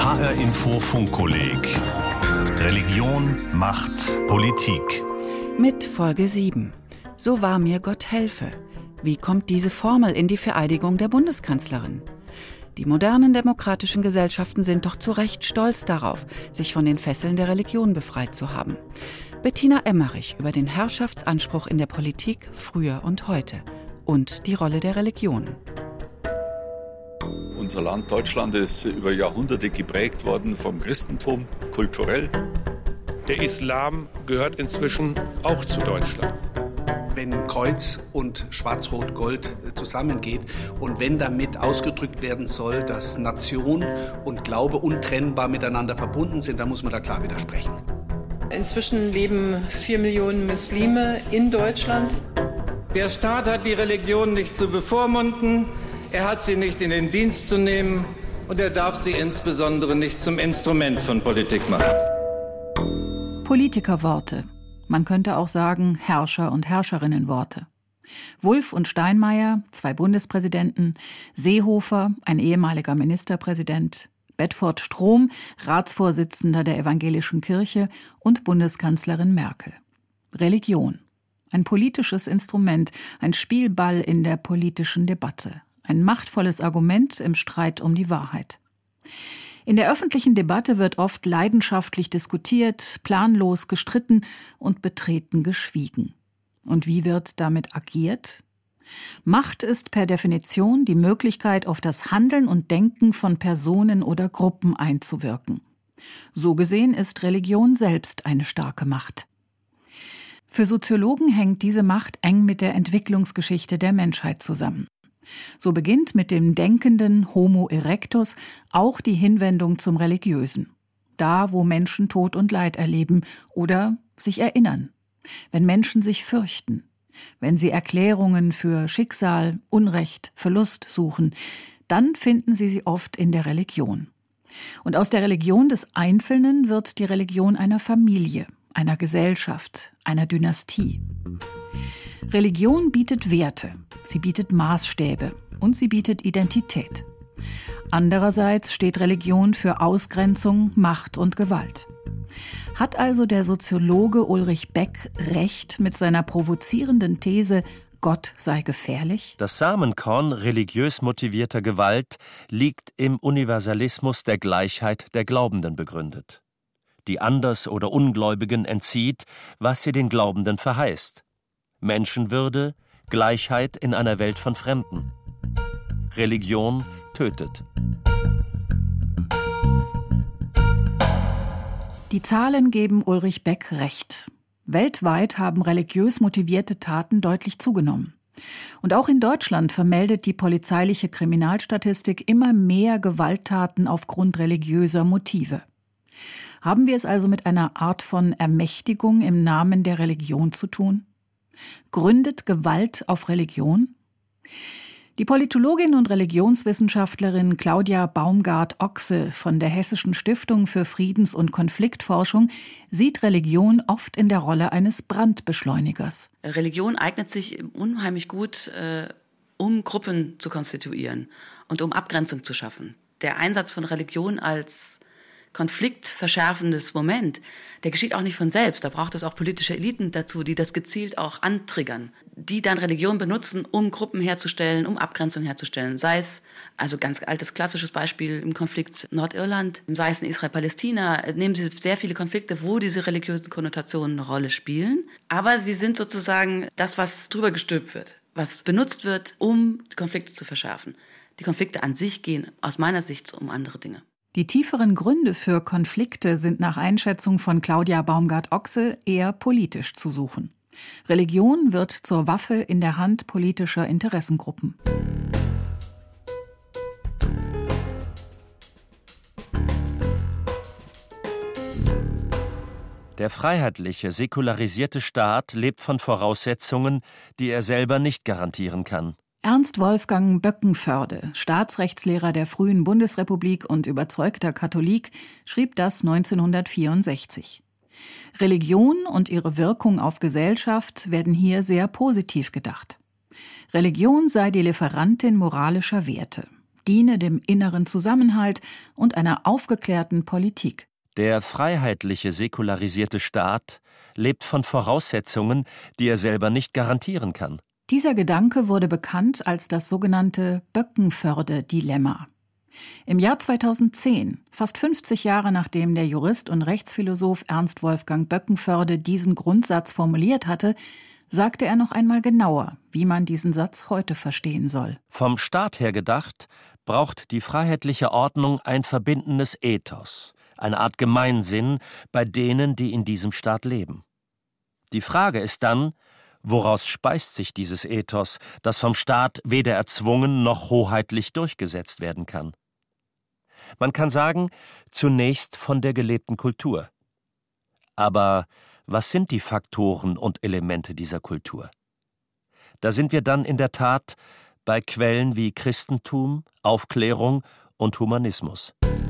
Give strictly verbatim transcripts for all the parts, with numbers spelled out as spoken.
H R-Info Funkkolleg. Religion, Macht, Politik. Mit Folge sieben. So wahr mir Gott helfe. Wie kommt diese Formel in die Vereidigung der Bundeskanzlerin? Die modernen demokratischen Gesellschaften sind doch zu Recht stolz darauf, sich von den Fesseln der Religion befreit zu haben. Bettina Emmerich über den Herrschaftsanspruch in der Politik früher und heute und die Rolle der Religion. Unser Land Deutschland ist über Jahrhunderte geprägt worden vom Christentum, kulturell. Der Islam gehört inzwischen auch zu Deutschland. Wenn Kreuz und Schwarz-Rot-Gold zusammengeht und wenn damit ausgedrückt werden soll, dass Nation und Glaube untrennbar miteinander verbunden sind, dann muss man da klar widersprechen. Inzwischen leben vier Millionen Muslime in Deutschland. Der Staat hat die Religion nicht zu bevormunden, er hat sie nicht in den Dienst zu nehmen und er darf sie insbesondere nicht zum Instrument von Politik machen. Politikerworte. Man könnte auch sagen Herrscher- und Herrscherinnenworte. Wulff und Steinmeier, zwei Bundespräsidenten, Seehofer, ein ehemaliger Ministerpräsident, Bedford-Strom, Ratsvorsitzender der Evangelischen Kirche und Bundeskanzlerin Merkel. Religion. Ein politisches Instrument, ein Spielball in der politischen Debatte. Ein machtvolles Argument im Streit um die Wahrheit. In der öffentlichen Debatte wird oft leidenschaftlich diskutiert, planlos gestritten und betreten geschwiegen. Und wie wird damit agiert? Macht ist per Definition die Möglichkeit, auf das Handeln und Denken von Personen oder Gruppen einzuwirken. So gesehen ist Religion selbst eine starke Macht. Für Soziologen hängt diese Macht eng mit der Entwicklungsgeschichte der Menschheit zusammen. So beginnt mit dem denkenden Homo erectus auch die Hinwendung zum Religiösen. Da, wo Menschen Tod und Leid erleben oder sich erinnern. Wenn Menschen sich fürchten. Wenn sie Erklärungen für Schicksal, Unrecht, Verlust suchen, dann finden sie sie oft in der Religion. Und aus der Religion des Einzelnen wird die Religion einer Familie, einer Gesellschaft, einer Dynastie. Religion bietet Werte, sie bietet Maßstäbe und sie bietet Identität. Andererseits steht Religion für Ausgrenzung, Macht und Gewalt. Hat also der Soziologe Ulrich Beck recht mit seiner provozierenden These, Gott sei gefährlich? Das Samenkorn religiös motivierter Gewalt liegt im Universalismus der Gleichheit der Glaubenden begründet. Die Anders- oder Ungläubigen entzieht, was sie den Glaubenden verheißt. Menschenwürde, Gleichheit in einer Welt von Fremden. Religion tötet. Die Zahlen geben Ulrich Beck recht. Weltweit haben religiös motivierte Taten deutlich zugenommen. Und auch in Deutschland vermeldet die polizeiliche Kriminalstatistik immer mehr Gewalttaten aufgrund religiöser Motive. Haben wir es also mit einer Art von Ermächtigung im Namen der Religion zu tun? Gründet Gewalt auf Religion? Die Politologin und Religionswissenschaftlerin Claudia Baumgart-Ochse von der Hessischen Stiftung für Friedens- und Konfliktforschung sieht Religion oft in der Rolle eines Brandbeschleunigers. Religion eignet sich unheimlich gut, äh, um Gruppen zu konstituieren und um Abgrenzung zu schaffen. Der Einsatz von Religion als konfliktverschärfendes Moment, der geschieht auch nicht von selbst. Da braucht es auch politische Eliten dazu, die das gezielt auch antriggern, die dann Religion benutzen, um Gruppen herzustellen, um Abgrenzung herzustellen. Sei es, also ganz altes klassisches Beispiel im Konflikt Nordirland, sei es in Israel-Palästina, nehmen Sie sehr viele Konflikte, wo diese religiösen Konnotationen eine Rolle spielen. Aber sie sind sozusagen das, was drüber gestülpt wird, was benutzt wird, um Konflikte zu verschärfen. Die Konflikte an sich gehen aus meiner Sicht um andere Dinge. Die tieferen Gründe für Konflikte sind nach Einschätzung von Claudia Baumgart-Ochse eher politisch zu suchen. Religion wird zur Waffe in der Hand politischer Interessengruppen. Der freiheitliche, säkularisierte Staat lebt von Voraussetzungen, die er selber nicht garantieren kann. Ernst Wolfgang Böckenförde, Staatsrechtslehrer der frühen Bundesrepublik und überzeugter Katholik, schrieb das neunzehnhundertvierundsechzig. Religion und ihre Wirkung auf Gesellschaft werden hier sehr positiv gedacht. Religion sei die Lieferantin moralischer Werte. diene dem inneren Zusammenhalt und einer aufgeklärten Politik. Der freiheitliche, säkularisierte Staat lebt von Voraussetzungen, die er selber nicht garantieren kann. Dieser Gedanke wurde bekannt als das sogenannte Böckenförde-Dilemma. Im Jahr zweitausendzehn, fast fünfzig Jahre nachdem der Jurist und Rechtsphilosoph Ernst Wolfgang Böckenförde diesen Grundsatz formuliert hatte, sagte er noch einmal genauer, wie man diesen Satz heute verstehen soll. Vom Staat her gedacht, braucht die freiheitliche Ordnung ein verbindendes Ethos, eine Art Gemeinsinn bei denen, die in diesem Staat leben. Die Frage ist dann, woraus speist sich dieses Ethos, das vom Staat weder erzwungen noch hoheitlich durchgesetzt werden kann? Man kann sagen, zunächst von der gelebten Kultur. Aber was sind die Faktoren und Elemente dieser Kultur? Da sind wir dann in der Tat bei Quellen wie Christentum, Aufklärung und Humanismus.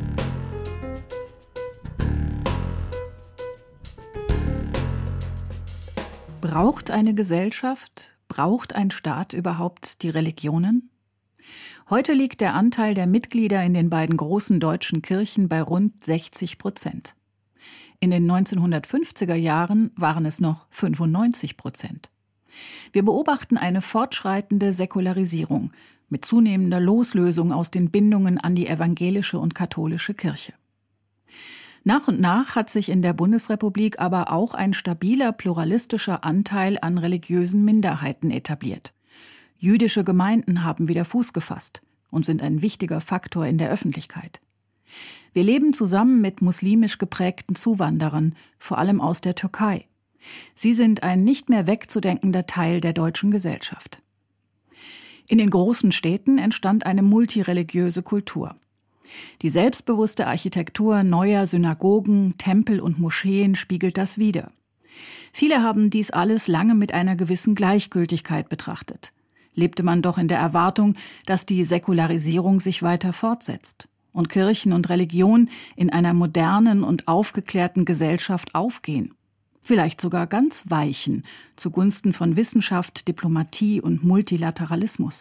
Braucht eine Gesellschaft, braucht ein Staat überhaupt die Religionen? Heute liegt der Anteil der Mitglieder in den beiden großen deutschen Kirchen bei rund sechzig Prozent. In den neunzehnhundertfünfziger Jahren waren es noch fünfundneunzig Prozent. Wir beobachten eine fortschreitende Säkularisierung mit zunehmender Loslösung aus den Bindungen an die evangelische und katholische Kirche. Nach und nach hat sich in der Bundesrepublik aber auch ein stabiler pluralistischer Anteil an religiösen Minderheiten etabliert. Jüdische Gemeinden haben wieder Fuß gefasst und sind ein wichtiger Faktor in der Öffentlichkeit. Wir leben zusammen mit muslimisch geprägten Zuwanderern, vor allem aus der Türkei. Sie sind ein nicht mehr wegzudenkender Teil der deutschen Gesellschaft. In den großen Städten entstand eine multireligiöse Kultur. Die selbstbewusste Architektur neuer Synagogen, Tempel und Moscheen spiegelt das wider. Viele haben dies alles lange mit einer gewissen Gleichgültigkeit betrachtet. Lebte man doch in der Erwartung, dass die Säkularisierung sich weiter fortsetzt und Kirchen und Religion in einer modernen und aufgeklärten Gesellschaft aufgehen. Vielleicht sogar ganz weichen, zugunsten von Wissenschaft, Diplomatie und Multilateralismus.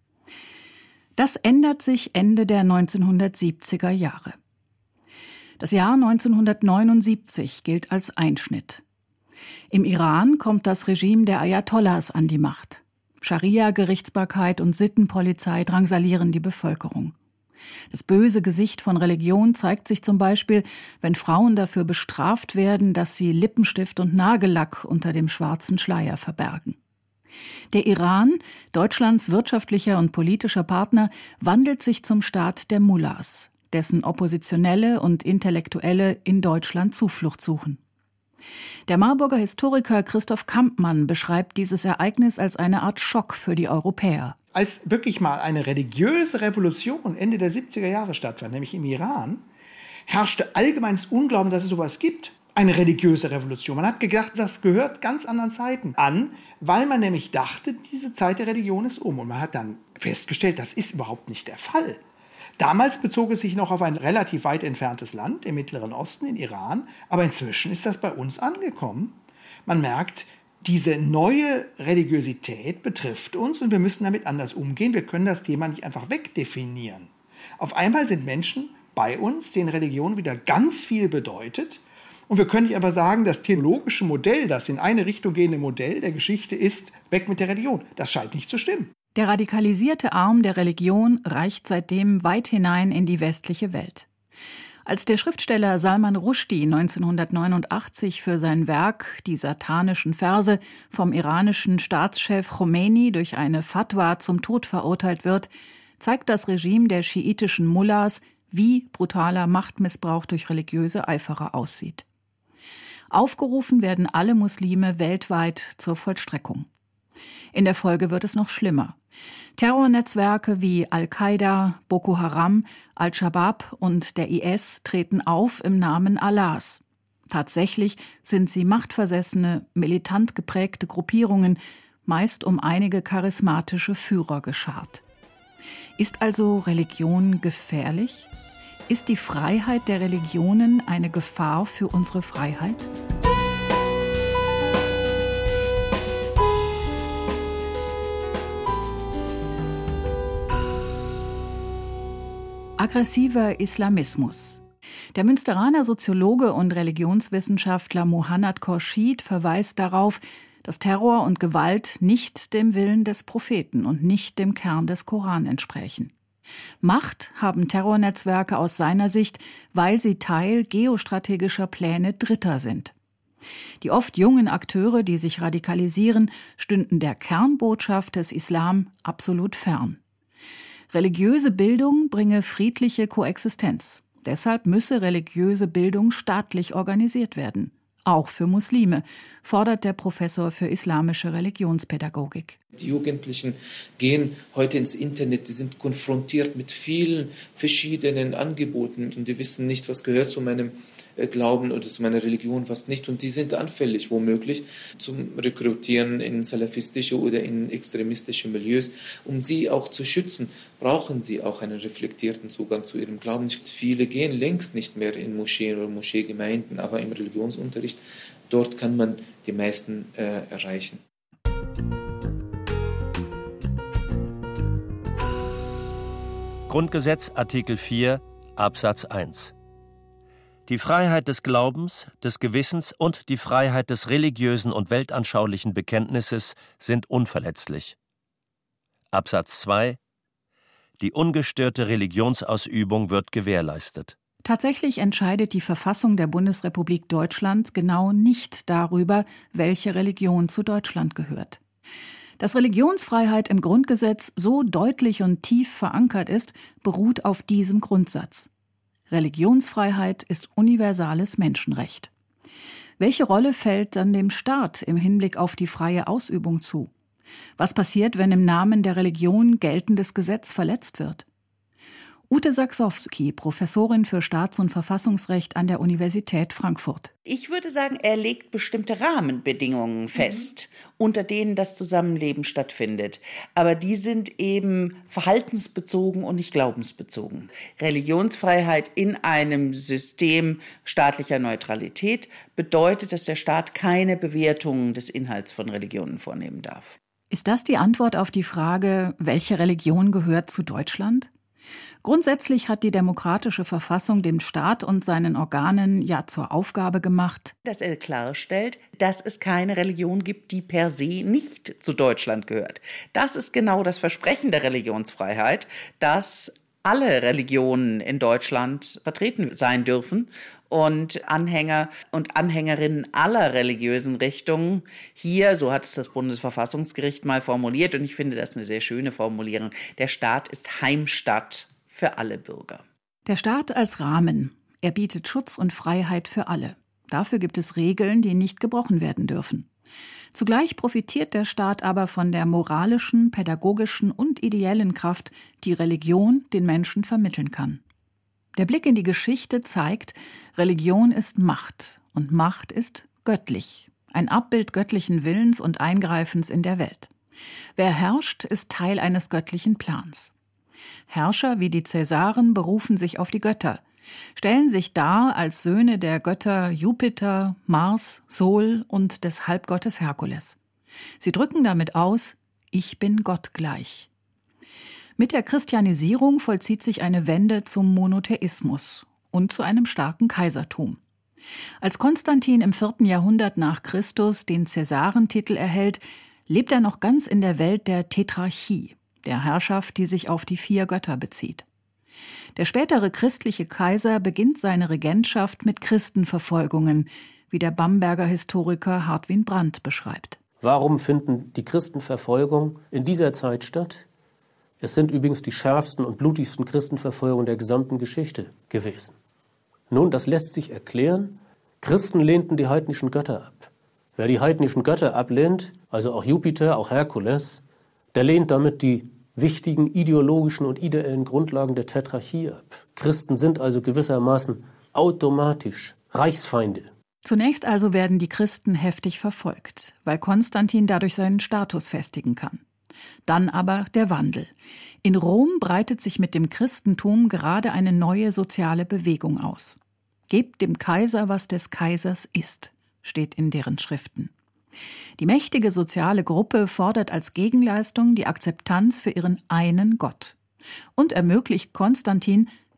Das ändert sich Ende der neunzehnhundertsiebziger Jahre. Das Jahr neunzehnhundertneunundsiebzig gilt als Einschnitt. Im Iran kommt das Regime der Ayatollahs an die Macht. Scharia-Gerichtsbarkeit und Sittenpolizei drangsalieren die Bevölkerung. Das böse Gesicht von Religion zeigt sich zum Beispiel, wenn Frauen dafür bestraft werden, dass sie Lippenstift und Nagellack unter dem schwarzen Schleier verbergen. Der Iran, Deutschlands wirtschaftlicher und politischer Partner, wandelt sich zum Staat der Mullahs, dessen Oppositionelle und Intellektuelle in Deutschland Zuflucht suchen. Der Marburger Historiker Christoph Kampmann beschreibt dieses Ereignis als eine Art Schock für die Europäer. Als wirklich mal eine religiöse Revolution Ende der siebziger Jahre stattfand, nämlich im Iran, herrschte allgemeines Unglauben, dass es sowas gibt. Eine religiöse Revolution. Man hat gedacht, das gehört ganz anderen Zeiten an, weil man nämlich dachte, diese Zeit der Religion ist um. Und man hat dann festgestellt, das ist überhaupt nicht der Fall. Damals bezog es sich noch auf ein relativ weit entferntes Land im Mittleren Osten, in Iran. Aber inzwischen ist das bei uns angekommen. Man merkt, diese neue Religiosität betrifft uns und wir müssen damit anders umgehen. Wir können das Thema nicht einfach wegdefinieren. Auf einmal sind Menschen bei uns, denen Religion wieder ganz viel bedeutet. Und wir können nicht einfach sagen, das theologische Modell, das in eine Richtung gehende Modell der Geschichte ist, weg mit der Religion. Das scheint nicht zu stimmen. Der radikalisierte Arm der Religion reicht seitdem weit hinein in die westliche Welt. Als der Schriftsteller Salman Rushdie neunzehnhundertneunundachtzig für sein Werk Die satanischen Verse vom iranischen Staatschef Khomeini durch eine Fatwa zum Tod verurteilt wird, zeigt das Regime der schiitischen Mullahs, wie brutaler Machtmissbrauch durch religiöse Eiferer aussieht. Aufgerufen werden alle Muslime weltweit zur Vollstreckung. In der Folge wird es noch schlimmer. Terrornetzwerke wie Al-Qaida, Boko Haram, Al-Shabaab und der I S treten auf im Namen Allahs. Tatsächlich sind sie machtversessene, militant geprägte Gruppierungen, meist um einige charismatische Führer geschart. Ist also Religion gefährlich? Ist die Freiheit der Religionen eine Gefahr für unsere Freiheit? Aggressiver Islamismus. Der Münsteraner Soziologe und Religionswissenschaftler Muhannad Khorshid verweist darauf, dass Terror und Gewalt nicht dem Willen des Propheten und nicht dem Kern des Koran entsprechen. Macht haben Terrornetzwerke aus seiner Sicht, weil sie Teil geostrategischer Pläne Dritter sind. Die oft jungen Akteure, die sich radikalisieren, stünden der Kernbotschaft des Islam absolut fern. Religiöse Bildung bringe friedliche Koexistenz. Deshalb müsse religiöse Bildung staatlich organisiert werden. Auch für Muslime, fordert der Professor für islamische Religionspädagogik. Die Jugendlichen gehen heute ins Internet, die sind konfrontiert mit vielen verschiedenen Angeboten und die wissen nicht, was gehört zu meinem Glauben oder zu meiner Religion, was nicht. Und die sind anfällig womöglich zum Rekrutieren in salafistische oder in extremistische Milieus. Um sie auch zu schützen, brauchen sie auch einen reflektierten Zugang zu ihrem Glauben. Viele gehen längst nicht mehr in Moscheen oder Moscheegemeinden, aber im Religionsunterricht, dort kann man die meisten äh, erreichen. Grundgesetz Artikel vier Absatz eins. Die Freiheit des Glaubens, des Gewissens und die Freiheit des religiösen und weltanschaulichen Bekenntnisses sind unverletzlich. Absatz zwei. Die ungestörte Religionsausübung wird gewährleistet. Tatsächlich entscheidet die Verfassung der Bundesrepublik Deutschland genau nicht darüber, welche Religion zu Deutschland gehört. Dass Religionsfreiheit im Grundgesetz so deutlich und tief verankert ist, beruht auf diesem Grundsatz. Religionsfreiheit ist universales Menschenrecht. Welche Rolle fällt dann dem Staat im Hinblick auf die freie Ausübung zu? Was passiert, wenn im Namen der Religion geltendes Gesetz verletzt wird? Ute Saksowski, Professorin für Staats- und Verfassungsrecht an der Universität Frankfurt. Ich würde sagen, er legt bestimmte Rahmenbedingungen fest, mhm. unter denen das Zusammenleben stattfindet. Aber die sind eben verhaltensbezogen und nicht glaubensbezogen. Religionsfreiheit in einem System staatlicher Neutralität bedeutet, dass der Staat keine Bewertungen des Inhalts von Religionen vornehmen darf. Ist das die Antwort auf die Frage, welche Religion gehört zu Deutschland? Grundsätzlich hat die demokratische Verfassung dem Staat und seinen Organen ja zur Aufgabe gemacht, dass er klarstellt, dass es keine Religion gibt, die per se nicht zu Deutschland gehört. Das ist genau das Versprechen der Religionsfreiheit, dass alle Religionen in Deutschland vertreten sein dürfen und Anhänger und Anhängerinnen aller religiösen Richtungen hier, so hat es das Bundesverfassungsgericht mal formuliert, und ich finde das eine sehr schöne Formulierung, der Staat ist Heimstatt für alle Bürger. Der Staat als Rahmen. Er bietet Schutz und Freiheit für alle. Dafür gibt es Regeln, die nicht gebrochen werden dürfen. Zugleich profitiert der Staat aber von der moralischen, pädagogischen und ideellen Kraft, die Religion den Menschen vermitteln kann. Der Blick in die Geschichte zeigt, Religion ist Macht und Macht ist göttlich, ein Abbild göttlichen Willens und Eingreifens in der Welt. Wer herrscht, ist Teil eines göttlichen Plans. Herrscher wie die Cäsaren berufen sich auf die Götter, stellen sich dar als Söhne der Götter Jupiter, Mars, Sol und des Halbgottes Herkules. Sie drücken damit aus, ich bin Gott gleich. Mit der Christianisierung vollzieht sich eine Wende zum Monotheismus und zu einem starken Kaisertum. Als Konstantin im vierten Jahrhundert nach Christus den Cäsarentitel erhält, lebt er noch ganz in der Welt der Tetrarchie, der Herrschaft, die sich auf die vier Götter bezieht. Der spätere christliche Kaiser beginnt seine Regentschaft mit Christenverfolgungen, wie der Bamberger Historiker Hartwin Brandt beschreibt. Warum finden die Christenverfolgungen in dieser Zeit statt? Es sind übrigens die schärfsten und blutigsten Christenverfolgungen der gesamten Geschichte gewesen. Nun, das lässt sich erklären. Christen lehnten die heidnischen Götter ab. Wer die heidnischen Götter ablehnt, also auch Jupiter, auch Herkules, der lehnt damit die wichtigen ideologischen und ideellen Grundlagen der Tetrarchie ab. Christen sind also gewissermaßen automatisch Reichsfeinde. Zunächst also werden die Christen heftig verfolgt, weil Konstantin dadurch seinen Status festigen kann. Dann aber der Wandel. In Rom breitet sich mit dem Christentum gerade eine neue soziale Bewegung aus. Gebt dem Kaiser, was des Kaisers ist, steht in deren Schriften. Die mächtige soziale Gruppe fordert als Gegenleistung die Akzeptanz für ihren einen Gott und ermöglicht Konstantin,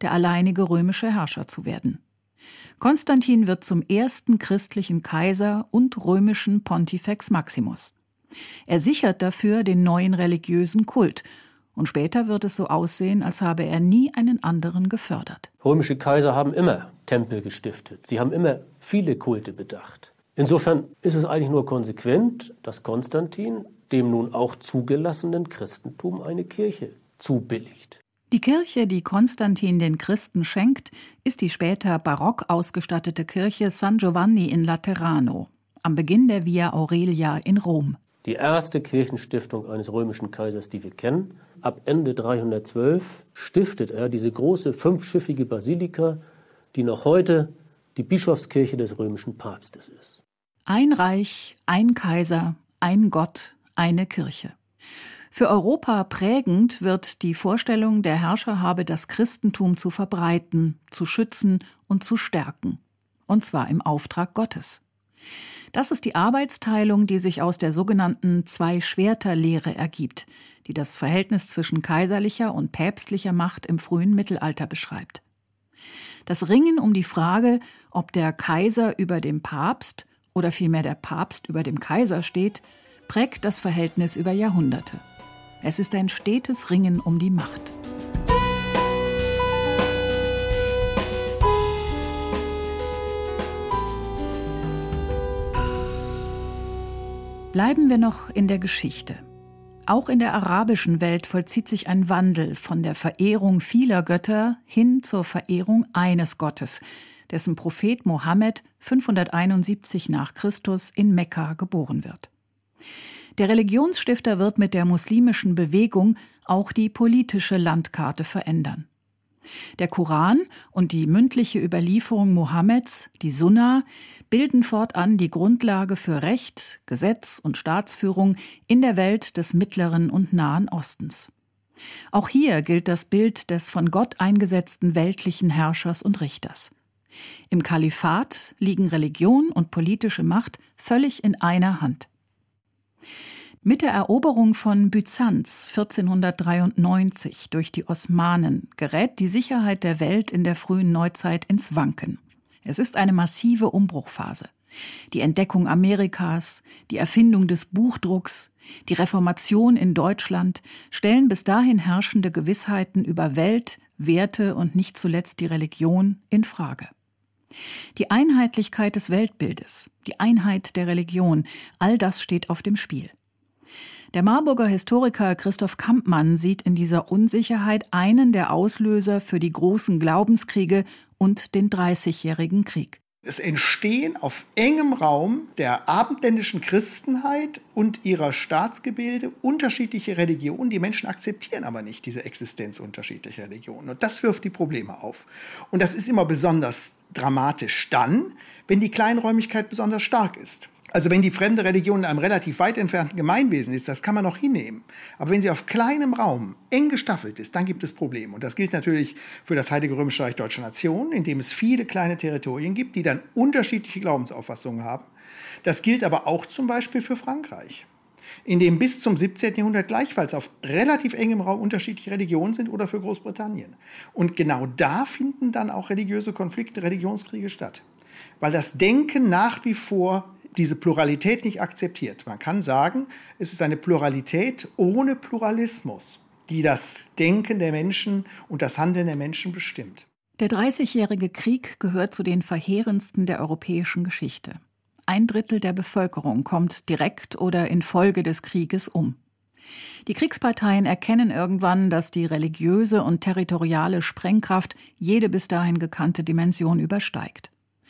der alleinige römische Herrscher zu werden. Konstantin wird zum ersten christlichen Kaiser und römischen Pontifex Maximus. Er sichert dafür den neuen religiösen Kult. Und später wird es so aussehen, als habe er nie einen anderen gefördert. Römische Kaiser haben immer Tempel gestiftet. Sie haben immer viele Kulte bedacht. Insofern ist es eigentlich nur konsequent, dass Konstantin dem nun auch zugelassenen Christentum eine Kirche zubilligt. Die Kirche, die Konstantin den Christen schenkt, ist die später barock ausgestattete Kirche San Giovanni in Laterano, am Beginn der Via Aurelia in Rom. Die erste Kirchenstiftung eines römischen Kaisers, die wir kennen. Ab Ende dreihundertzwölf stiftet er diese große fünfschiffige Basilika, die noch heute die Bischofskirche des römischen Papstes ist. Ein Reich, ein Kaiser, ein Gott, eine Kirche. Für Europa prägend wird die Vorstellung, der Herrscher habe das Christentum zu verbreiten, zu schützen und zu stärken. Und zwar im Auftrag Gottes. Das ist die Arbeitsteilung, die sich aus der sogenannten Zwei-Schwerter-Lehre ergibt, die das Verhältnis zwischen kaiserlicher und päpstlicher Macht im frühen Mittelalter beschreibt. Das Ringen um die Frage, ob der Kaiser über dem Papst oder vielmehr der Papst über dem Kaiser steht, prägt das Verhältnis über Jahrhunderte. Es ist ein stetes Ringen um die Macht. Bleiben wir noch in der Geschichte. Auch in der arabischen Welt vollzieht sich ein Wandel von der Verehrung vieler Götter hin zur Verehrung eines Gottes, dessen Prophet Mohammed fünfhunderteinundsiebzig nach Christus in Mekka geboren wird. Der Religionsstifter wird mit der muslimischen Bewegung auch die politische Landkarte verändern. Der Koran und die mündliche Überlieferung Mohammeds, die Sunna, bilden fortan die Grundlage für Recht, Gesetz und Staatsführung in der Welt des Mittleren und Nahen Ostens. Auch hier gilt das Bild des von Gott eingesetzten weltlichen Herrschers und Richters. Im Kalifat liegen Religion und politische Macht völlig in einer Hand. Mit der Eroberung von Byzanz vierzehnhundertdreiundneunzig durch die Osmanen gerät die Sicherheit der Welt in der frühen Neuzeit ins Wanken. Es ist eine massive Umbruchphase. Die Entdeckung Amerikas, die Erfindung des Buchdrucks, die Reformation in Deutschland stellen bis dahin herrschende Gewissheiten über Welt, Werte und nicht zuletzt die Religion in Frage. Die Einheitlichkeit des Weltbildes, die Einheit der Religion, all das steht auf dem Spiel. Der Marburger Historiker Christoph Kampmann sieht in dieser Unsicherheit einen der Auslöser für die großen Glaubenskriege und den Dreißigjährigen Krieg. Es entstehen auf engem Raum der abendländischen Christenheit und ihrer Staatsgebilde unterschiedliche Religionen. Die Menschen akzeptieren aber nicht diese Existenz unterschiedlicher Religionen. Und das wirft die Probleme auf. Und das ist immer besonders dramatisch dann, wenn die Kleinräumigkeit besonders stark ist. Also wenn die fremde Religion in einem relativ weit entfernten Gemeinwesen ist, das kann man noch hinnehmen. Aber wenn sie auf kleinem Raum eng gestaffelt ist, dann gibt es Probleme. Und das gilt natürlich für das Heilige Römische Reich Deutscher Nation, in dem es viele kleine Territorien gibt, die dann unterschiedliche Glaubensauffassungen haben. Das gilt aber auch zum Beispiel für Frankreich, in dem bis zum siebzehnten Jahrhundert gleichfalls auf relativ engem Raum unterschiedliche Religionen sind, oder für Großbritannien. Und genau da finden dann auch religiöse Konflikte, Religionskriege statt. Weil das Denken nach wie vor diese Pluralität nicht akzeptiert. Man kann sagen, es ist eine Pluralität ohne Pluralismus, die das Denken der Menschen und das Handeln der Menschen bestimmt. Der Dreißigjährige Krieg gehört zu den verheerendsten der europäischen Geschichte. Ein Drittel der Bevölkerung kommt direkt oder infolge des Krieges um. Die Kriegsparteien erkennen irgendwann, dass die religiöse und territoriale Sprengkraft jede bis dahin gekannte Dimension übersteigt.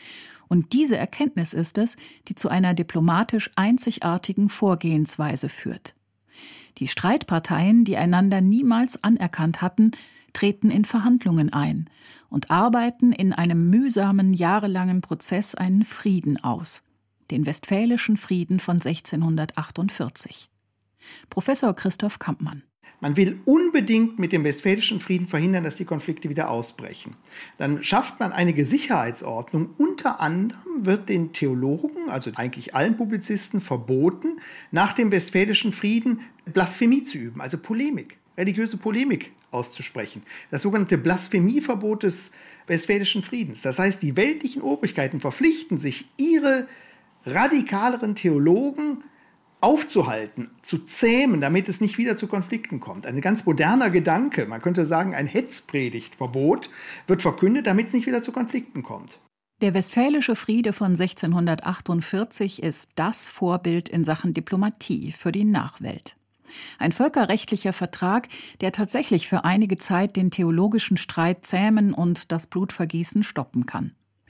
Und diese Erkenntnis ist es, die zu einer diplomatisch einzigartigen Vorgehensweise führt. Die Streitparteien, die einander niemals anerkannt hatten, treten in Verhandlungen ein und arbeiten in einem mühsamen, jahrelangen Prozess einen Frieden aus, den Westfälischen Frieden von sechzehnhundertachtundvierzig. Professor Christoph Kampmann. Man will unbedingt mit dem Westfälischen Frieden verhindern, dass die Konflikte wieder ausbrechen. Dann schafft man einige Sicherheitsordnung. Unter anderem wird den Theologen, also eigentlich allen Publizisten, verboten, nach dem Westfälischen Frieden Blasphemie zu üben, also Polemik, religiöse Polemik auszusprechen. Das sogenannte Blasphemieverbot des Westfälischen Friedens. Das heißt, die weltlichen Obrigkeiten verpflichten sich, ihre radikaleren Theologen aufzuhalten, zu zähmen, damit es nicht wieder zu Konflikten kommt. Ein ganz moderner Gedanke, man könnte sagen, ein Hetzpredigtverbot wird verkündet, damit es nicht wieder zu Konflikten kommt. Der Westfälische Friede von sechzehnhundertachtundvierzig ist das Vorbild in Sachen Diplomatie für die Nachwelt. Ein völkerrechtlicher Vertrag, der tatsächlich für einige Zeit den theologischen Streit zähmen und das Blutvergießen stoppen kann.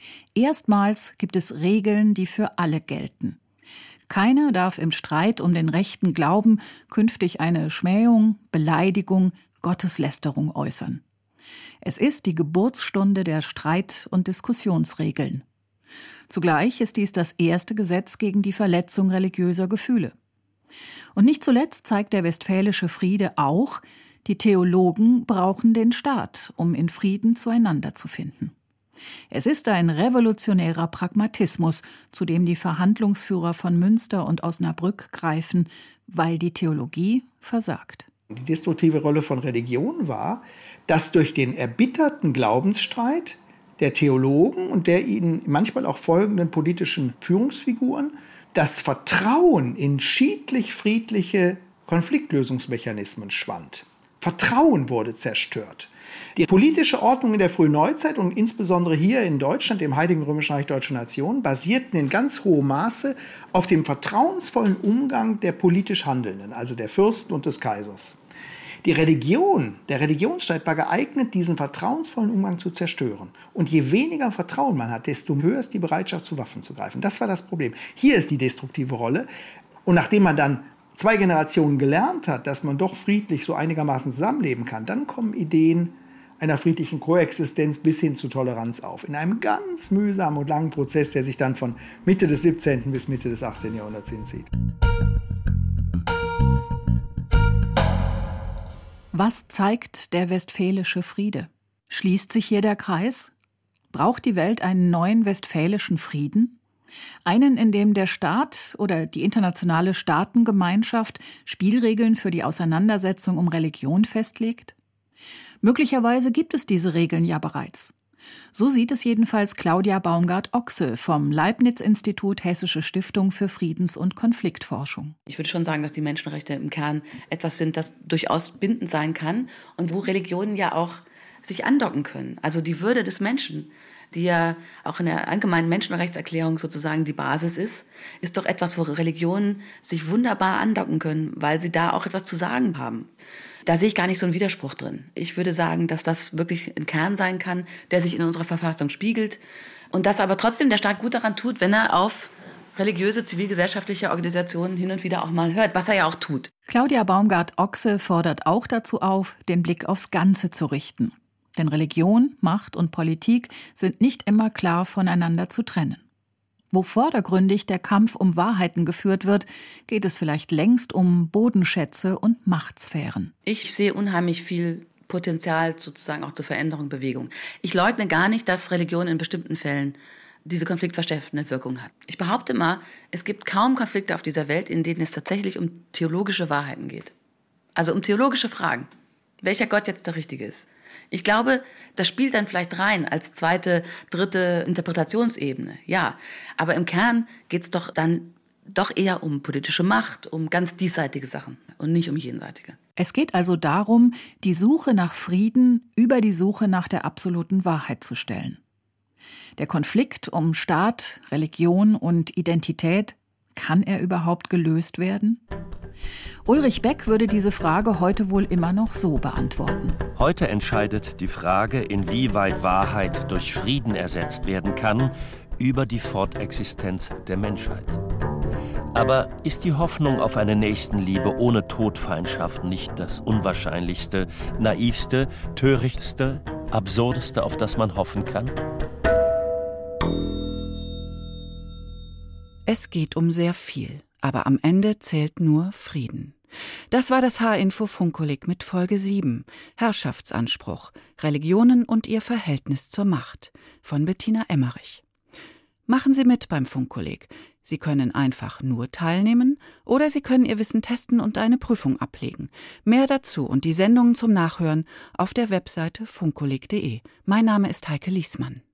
Erstmals gibt es Regeln, die für alle gelten. Keiner darf im Streit um den rechten Glauben künftig eine Schmähung, Beleidigung, Gotteslästerung äußern. Es ist die Geburtsstunde der Streit- und Diskussionsregeln. Zugleich ist dies das erste Gesetz gegen die Verletzung religiöser Gefühle. Und nicht zuletzt zeigt der Westfälische Friede auch, die Theologen brauchen den Staat, um in Frieden zueinander zu finden. Es ist ein revolutionärer Pragmatismus, zu dem die Verhandlungsführer von Münster und Osnabrück greifen, weil die Theologie versagt. Die destruktive Rolle von Religion war, dass durch den erbitterten Glaubensstreit der Theologen und der ihnen manchmal auch folgenden politischen Führungsfiguren das Vertrauen in schiedlich-friedliche Konfliktlösungsmechanismen schwand. Vertrauen wurde zerstört. Die politische Ordnung in der frühen Neuzeit und insbesondere hier in Deutschland, im Heiligen Römischen Reich Deutscher Nation, basierten in ganz hohem Maße auf dem vertrauensvollen Umgang der politisch Handelnden, also der Fürsten und des Kaisers. Die Religion, der Religionsstreit war geeignet, diesen vertrauensvollen Umgang zu zerstören. Und je weniger Vertrauen man hat, desto höher ist die Bereitschaft, zu Waffen zu greifen. Das war das Problem. Hier ist die destruktive Rolle. Und nachdem man dann zwei Generationen gelernt hat, dass man doch friedlich so einigermaßen zusammenleben kann, dann kommen Ideen einer friedlichen Koexistenz bis hin zu Toleranz auf. In einem ganz mühsamen und langen Prozess, der sich dann von Mitte des siebzehnten bis Mitte des achtzehnten Jahrhunderts hinzieht. Was zeigt der Westfälische Friede? Schließt sich hier der Kreis? Braucht die Welt einen neuen Westfälischen Frieden? Einen, in dem der Staat oder die internationale Staatengemeinschaft Spielregeln für die Auseinandersetzung um Religion festlegt? Möglicherweise gibt es diese Regeln ja bereits. So sieht es jedenfalls Claudia Baumgart-Ochse vom Leibniz-Institut Hessische Stiftung für Friedens- und Konfliktforschung. Ich würde schon sagen, dass die Menschenrechte im Kern etwas sind, das durchaus bindend sein kann und wo Religionen ja auch sich andocken können. Also die Würde des Menschen, die ja auch in der allgemeinen Menschenrechtserklärung sozusagen die Basis ist, ist doch etwas, wo Religionen sich wunderbar andocken können, weil sie da auch etwas zu sagen haben. Da sehe ich gar nicht so einen Widerspruch drin. Ich würde sagen, dass das wirklich ein Kern sein kann, der sich in unserer Verfassung spiegelt und dass aber trotzdem der Staat gut daran tut, wenn er auf religiöse, zivilgesellschaftliche Organisationen hin und wieder auch mal hört, was er ja auch tut. Claudia Baumgart-Ochse fordert auch dazu auf, den Blick aufs Ganze zu richten. Denn Religion, Macht und Politik sind nicht immer klar voneinander zu trennen. Wo vordergründig der Kampf um Wahrheiten geführt wird, geht es vielleicht längst um Bodenschätze und Machtsphären. Ich sehe unheimlich viel Potenzial sozusagen auch zur Veränderung, Bewegung. Ich leugne gar nicht, dass Religion in bestimmten Fällen diese konfliktverstärkende Wirkung hat. Ich behaupte mal, es gibt kaum Konflikte auf dieser Welt, in denen es tatsächlich um theologische Wahrheiten geht. Also um theologische Fragen. Welcher Gott jetzt der richtige ist. Ich glaube, das spielt dann vielleicht rein als zweite, dritte Interpretationsebene. Ja, aber im Kern geht es doch dann doch eher um politische Macht, um ganz diesseitige Sachen und nicht um jenseitige. Es geht also darum, die Suche nach Frieden über die Suche nach der absoluten Wahrheit zu stellen. Der Konflikt um Staat, Religion und Identität, kann er überhaupt gelöst werden? Ulrich Beck würde diese Frage heute wohl immer noch so beantworten. Heute entscheidet die Frage, inwieweit Wahrheit durch Frieden ersetzt werden kann, über die Fortexistenz der Menschheit. Aber ist die Hoffnung auf eine Nächstenliebe ohne Todfeindschaft nicht das unwahrscheinlichste, naivste, törichtste, absurdeste, auf das man hoffen kann? Es geht um sehr viel, aber am Ende zählt nur Frieden. Das war das H-Info-Funkkolleg mit Folge sieben, Herrschaftsanspruch, Religionen und ihr Verhältnis zur Macht, von Bettina Emmerich. Machen Sie mit beim Funkkolleg. Sie können einfach nur teilnehmen oder Sie können Ihr Wissen testen und eine Prüfung ablegen. Mehr dazu und die Sendungen zum Nachhören auf der Webseite funkkolleg punkt de. Mein Name ist Heike Liesmann.